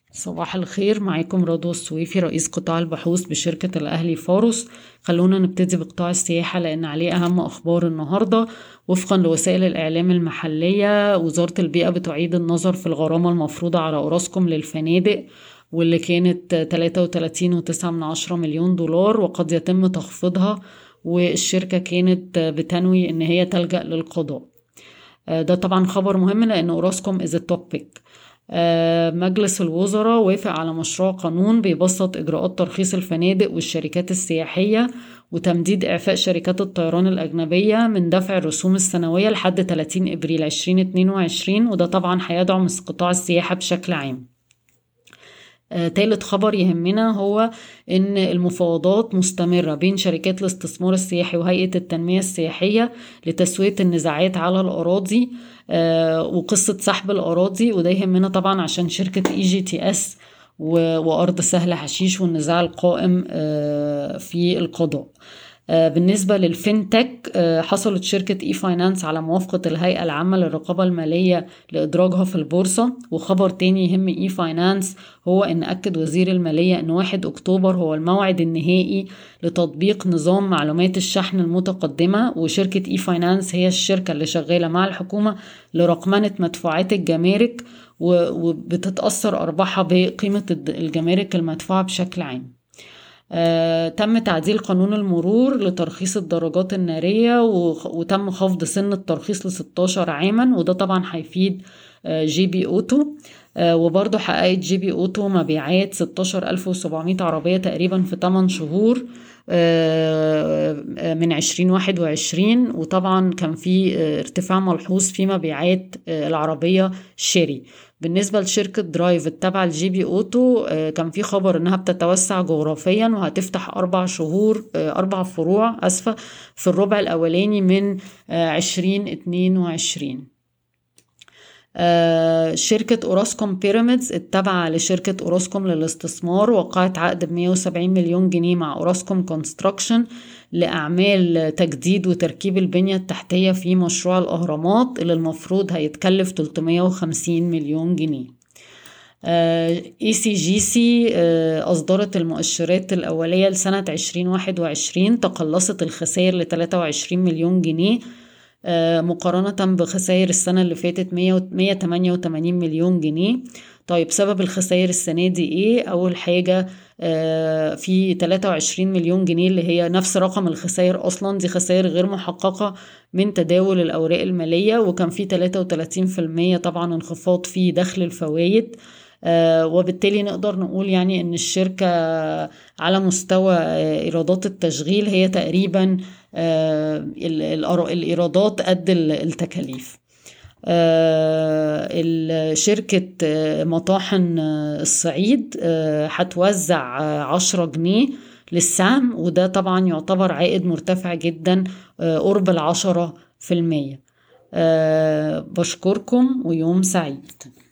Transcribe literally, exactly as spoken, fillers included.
صباح الخير، معاكم رضوى السويفي رئيس قطاع البحوث بشركة الأهلي فارس. خلونا نبتدي بقطاع السياحة لأن عليه أهم أخبار النهاردة. وفقا لوسائل الإعلام المحلية، وزارة البيئة بتعيد النظر في الغرامة المفروضة على أوراسكوم للفنادق، واللي كانت تلاتة وتلاتين وتسعة من عشرة مليون دولار، وقد يتم تخفيضها، والشركة كانت بتنوي إن هي تلجأ للقضاء. ده طبعا خبر مهم لأن أوراسكوم is a topic. آه، مجلس الوزراء وافق على مشروع قانون بيبسط إجراءات ترخيص الفنادق والشركات السياحية، وتمديد إعفاء شركات الطيران الأجنبية من دفع الرسوم السنوية لحد ثلاثين إبريل ألفين واتنين وعشرين، وده طبعا هيدعم قطاع السياحة بشكل عام. آه، تالت خبر يهمنا هو ان المفاوضات مستمرة بين شركات الاستثمار السياحي وهيئة التنمية السياحية لتسوية النزاعات على الأراضي، آه، وقصة سحب الأراضي، وده يهمنا طبعا عشان شركة اي جي تي اس وأرض سهل حشيش والنزاع القائم آه، في القضاء. آه، بالنسبة للفينتك، آه، حصلت شركة اي فاينانس على موافقة الهيئة العامة للرقابة المالية لإدراجها في البورصة. وخبر تاني يهم اي فاينانس هو ان أكد وزير المالية ان واحد أكتوبر هو الموعد النهائي لتطبيق نظام معلومات الشحن المتقدمة، وشركة اي فاينانس هي الشركة اللي شغالة مع الحكومة لرقمنة مدفوعات الجمارك، وبتتأثر أرباحها بقيمة الجمارك المدفوعة بشكل عام. آه، تم تعديل قانون المرور لترخيص الدراجات النارية، وتم خفض سن الترخيص ل ستاشر عاما، وده طبعا هيفيد آه، جي بي أوتو. آه، وبرضه حققت جي بي أوتو مبيعات ستاشر ألف وسبعمية عربية تقريبا في ثمانية شهور من عشرين واحد وعشرين، وطبعا كان في ارتفاع ملحوظ في مبيعات العربية شيري. بالنسبة لشركة درايف التابعة لجي بي أوتو، كان في خبر إنها بتتوسع جغرافيا وهتفتح أربع شهور أربع فروع أسفة في الربع الأولاني من عشرين اتنين وعشرين. آه، شركة أوراسكوم بيراميدز التابعة لشركة أوراسكوم للاستثمار وقعت عقد ب مية وسبعين مليون جنيه مع أوراسكوم كونستراكشن لأعمال تجديد وتركيب البنية التحتية في مشروع الأهرامات، اللي المفروض هيتكلف تلتمية وخمسين مليون جنيه. اي سي جي سي أصدرت المؤشرات الأولية لسنة عشرين واحد وعشرين، تقلصت الخسائر ل تلاتة وعشرين مليون جنيه مقارنة بخسائر السنة اللي فاتت مية وتمانية وتمانين مليون جنيه. طيب سبب الخسائر السنة دي ايه؟ اول حاجة في تلاتة وعشرين مليون جنيه اللي هي نفس رقم الخسائر اصلا، دي خسائر غير محققة من تداول الاوراق المالية، وكان في تلاتة وتلاتين في المية طبعا انخفاض في دخل الفوائد. آه وبالتالي نقدر نقول يعني ان الشركة على مستوى آه ايرادات التشغيل هي تقريبا آه الايرادات قد التكاليف. آه شركة آه مطاحن آه الصعيد هتوزع آه عشرة جنيه للسهم، وده طبعا يعتبر عائد مرتفع جدا قرب العشرة في المية. بشكركم ويوم سعيد.